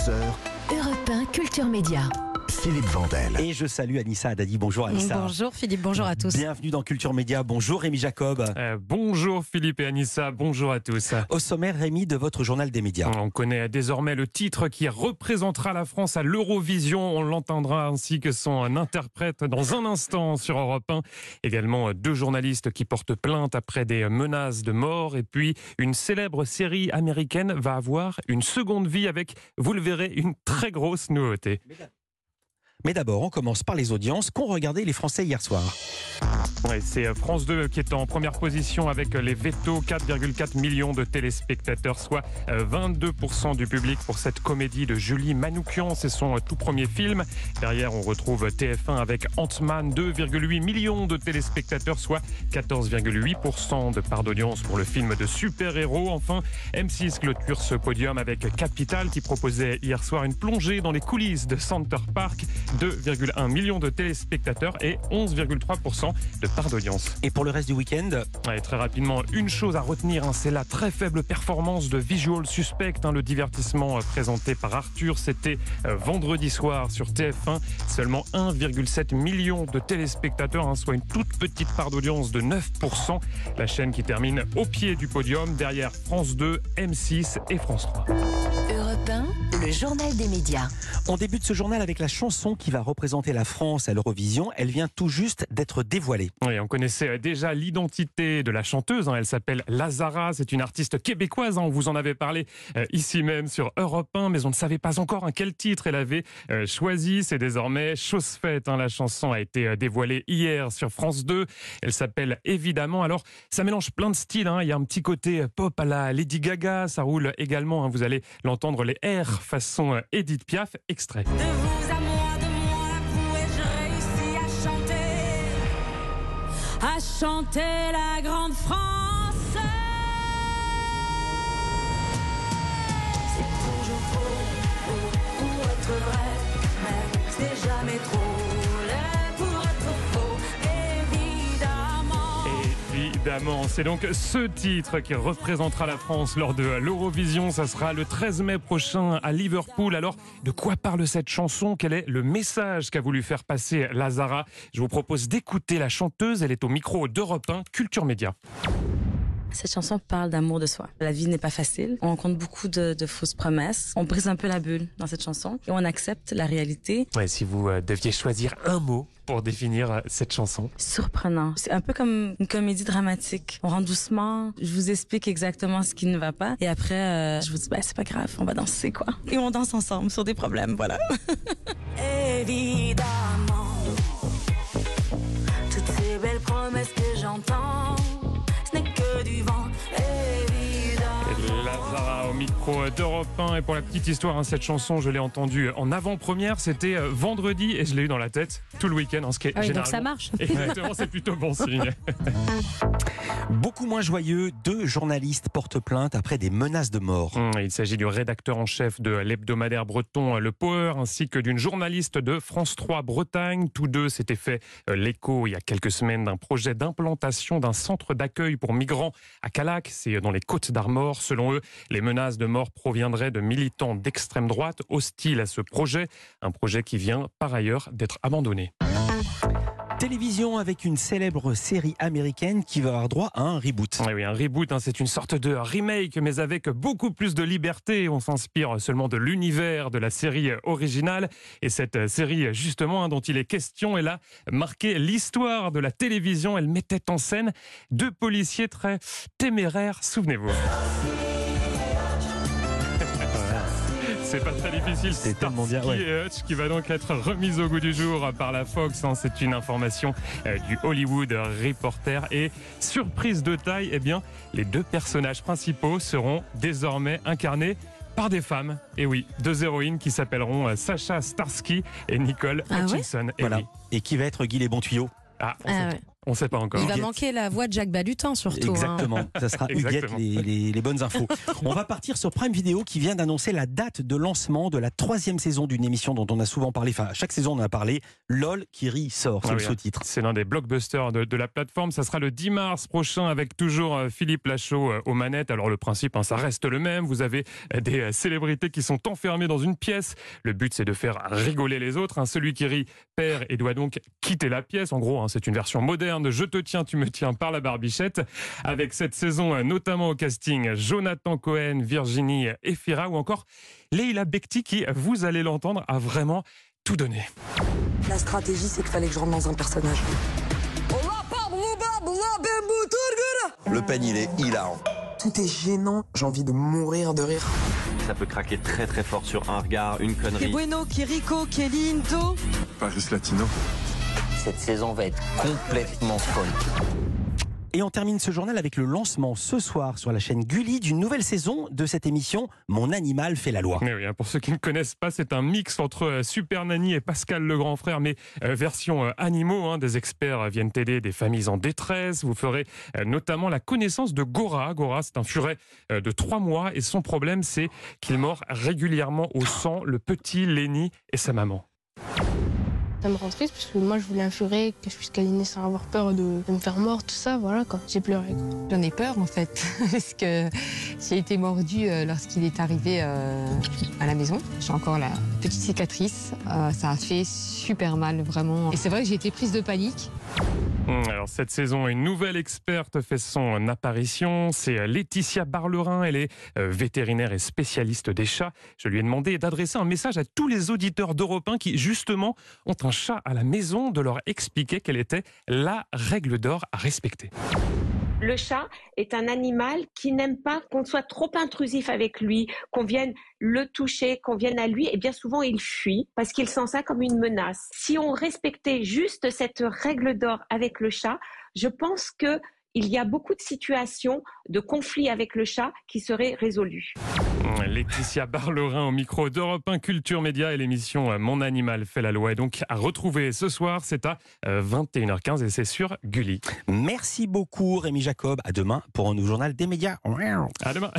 11h, Europe 1 Culture Média. Philippe Vandel. Et je salue Anissa Haddadi. Bonjour Anissa. Bonjour Philippe, bonjour à tous. Bienvenue dans Culture Média. Bonjour Rémi Jacob. Bonjour Philippe et Anissa, bonjour à tous. Au sommaire, Rémi, de votre journal des médias. On connaît désormais le titre qui représentera la France à l'Eurovision. On l'entendra ainsi que son interprète dans un instant sur Europe 1. Également 2 journalistes qui portent plainte après des menaces de mort. Et puis une célèbre série américaine va avoir une seconde vie avec, vous le verrez, une très grosse nouveauté. Mais d'abord, on commence par les audiences qu'ont regardé les Français hier soir. Ouais, c'est France 2 qui est en première position avec les vétos, 4,4 millions de téléspectateurs, soit 22% du public pour cette comédie de Julie Manoukian. C'est son tout premier film. Derrière, on retrouve TF1 avec Ant-Man, 2,8 millions de téléspectateurs, soit 14,8% de part d'audience pour le film de super-héros. Enfin, M6 clôture ce podium avec Capital qui proposait hier soir une plongée dans les coulisses de Center Park. 2,1 millions de téléspectateurs et 11,3% de part d'audience. Et pour le reste du week-end, très rapidement, une chose à retenir, c'est la très faible performance de Visual Suspect, le divertissement présenté par Arthur. C'était vendredi soir sur TF1. Seulement 1,7 million de téléspectateurs, soit une toute petite part d'audience de 9%. La chaîne qui termine au pied du podium, derrière France 2, M6 et France 3. Europe 1, le journal des médias. On débute ce journal avec la chanson qui va représenter la France à l'Eurovision. Elle vient tout juste d'être dévoilée. Oui, on connaissait déjà l'identité de la chanteuse. Elle s'appelle Lazara. C'est une artiste québécoise. On vous en avait parlé ici même sur Europe 1, mais on ne savait pas encore quel titre elle avait choisi. C'est désormais chose faite. La chanson a été dévoilée hier sur France 2. Elle s'appelle Évidemment. Alors, ça mélange plein de styles. Il y a un petit côté pop à la Lady Gaga. Ça roule également. Vous allez l'entendre, les R façon Edith Piaf. Extrait. De vous à moi, de moi à vous, et je réussis à chanter la grande France. C'est toujours trop pour être vrai, mais c'est jamais trop laid pour être faux, évidemment. Évidemment, c'est donc ce titre qui représentera la France lors de l'Eurovision. Ça sera le 13 mai prochain à Liverpool. Alors, de quoi parle cette chanson? Quel est le message qu'a voulu faire passer Lazara? Je vous propose d'écouter la chanteuse. Elle est au micro d'Europe 1 Culture Média. Cette chanson parle d'amour de soi. La vie n'est pas facile. On rencontre beaucoup de fausses promesses. On brise un peu la bulle dans cette chanson et on accepte la réalité. Ouais, si vous deviez choisir un mot pour définir cette chanson. Surprenant. C'est un peu comme une comédie dramatique. On rentre doucement. Je vous explique exactement ce qui ne va pas. Et après, je vous dis, c'est pas grave, on va danser, quoi. Et on danse ensemble sur des problèmes, voilà. Évidemment, toutes ces belles promesses que j'entends, ce n'est que du vent, évidemment. Lazara au micro d'Europe 1. Et pour la petite histoire, cette chanson, je l'ai entendue en avant-première. C'était vendredi et je l'ai eu dans la tête tout le week-end. Ce qui est donc ça marche. Exactement, c'est plutôt bon signe. Beaucoup moins joyeux, 2 journalistes portent plainte après des menaces de mort. Il s'agit du rédacteur en chef de l'hebdomadaire breton Le Power, ainsi que d'une journaliste de France 3 Bretagne. Tous 2 s'étaient fait l'écho il y a quelques semaines d'un projet d'implantation d'un centre d'accueil pour migrants à Callac, c'est dans les Côtes d'Armor. Selon eux, les menaces de mort proviendraient de militants d'extrême droite hostiles à ce projet, un projet qui vient par ailleurs d'être abandonné. Télévision avec une célèbre série américaine qui va avoir droit à un reboot. Oui, un reboot, c'est une sorte de remake, mais avec beaucoup plus de liberté. On s'inspire seulement de l'univers de la série originale. Et cette série, justement, dont il est question, elle a marqué l'histoire de la télévision. Elle mettait en scène 2 policiers très téméraires, souvenez-vous. C'est pas très difficile, c'est tellement bien, Starsky et Hutch qui va donc être remise au goût du jour par la Fox. C'est une information du Hollywood Reporter. Et surprise de taille, les 2 personnages principaux seront désormais incarnés par des femmes. Et oui, 2 héroïnes qui s'appelleront Sacha Starsky et Nicole Hutchinson. Voilà. Et qui va être Guy les bons tuyaux? On ne sait pas encore. Il va Huguette. manquer la voix de Jacques Balutin surtout. Exactement, ça sera Huguette Exactement. les bonnes infos. On va partir sur Prime Video qui vient d'annoncer la date de lancement de la 3e saison d'une émission dont on a souvent parlé, enfin chaque saison on en a parlé, LOL qui rit sort, c'est Ah le oui, sous-titre. C'est l'un des blockbusters de la plateforme. Ça sera le 10 mars prochain avec toujours Philippe Lachaud aux manettes. Alors le principe, ça reste le même. Vous avez des célébrités qui sont enfermées dans une pièce. Le but, c'est de faire rigoler les autres. Celui qui rit perd et doit donc quitter la pièce. En gros, c'est une version moderne de Je te tiens, tu me tiens par la barbichette. Avec cette saison, notamment au casting, Jonathan Cohen, Virginie Efira ou encore Leila Bekti qui, vous allez l'entendre, a vraiment tout donné. La stratégie, c'est qu'il fallait que je rentre dans un personnage. Le peigne, il est hilarant. Tout est gênant, j'ai envie de mourir de rire. Ça peut craquer très très fort sur un regard, une connerie. Bueno, Kiriko, Kelly, Into. Paris Latino. Cette saison va être complètement folle. Et on termine ce journal avec le lancement ce soir sur la chaîne Gulli d'une nouvelle saison de cette émission Mon animal fait la loi. Mais oui, pour ceux qui ne connaissent pas, c'est un mix entre Super Nanny et Pascal le grand frère, mais version animaux. Des experts viennent aider des familles en détresse. Vous ferez notamment la connaissance de Gora. Gora, c'est un furet de 3 mois et son problème, c'est qu'il mord régulièrement au sang le petit Lenny et sa maman. Ça me rend triste parce que moi je voulais un furet que je puisse câliner sans avoir peur de me faire mordre, tout ça, voilà quoi. J'ai pleuré quoi. J'en ai peur en fait, parce que j'ai été mordue lorsqu'il est arrivé à la maison. J'ai encore la petite cicatrice, ça a fait super mal vraiment. Et c'est vrai que j'ai été prise de panique. Alors cette saison, une nouvelle experte fait son apparition, c'est Laetitia Barlerin, elle est vétérinaire et spécialiste des chats. Je lui ai demandé d'adresser un message à tous les auditeurs d'Europe 1 qui justement ont un chat à la maison, de leur expliquer quelle était la règle d'or à respecter. Le chat est un animal qui n'aime pas qu'on soit trop intrusif avec lui, qu'on vienne le toucher, qu'on vienne à lui, et bien souvent il fuit parce qu'il sent ça comme une menace. Si on respectait juste cette règle d'or avec le chat, je pense que il y a beaucoup de situations de conflits avec le chat qui seraient résolues. Laetitia Barlerin au micro d'Europe 1 Culture Média et l'émission Mon animal fait la loi est donc à retrouver ce soir, c'est à 21h15 et c'est sur Gulli. Merci beaucoup Rémi Jacob, à demain pour un nouveau journal des médias. À demain.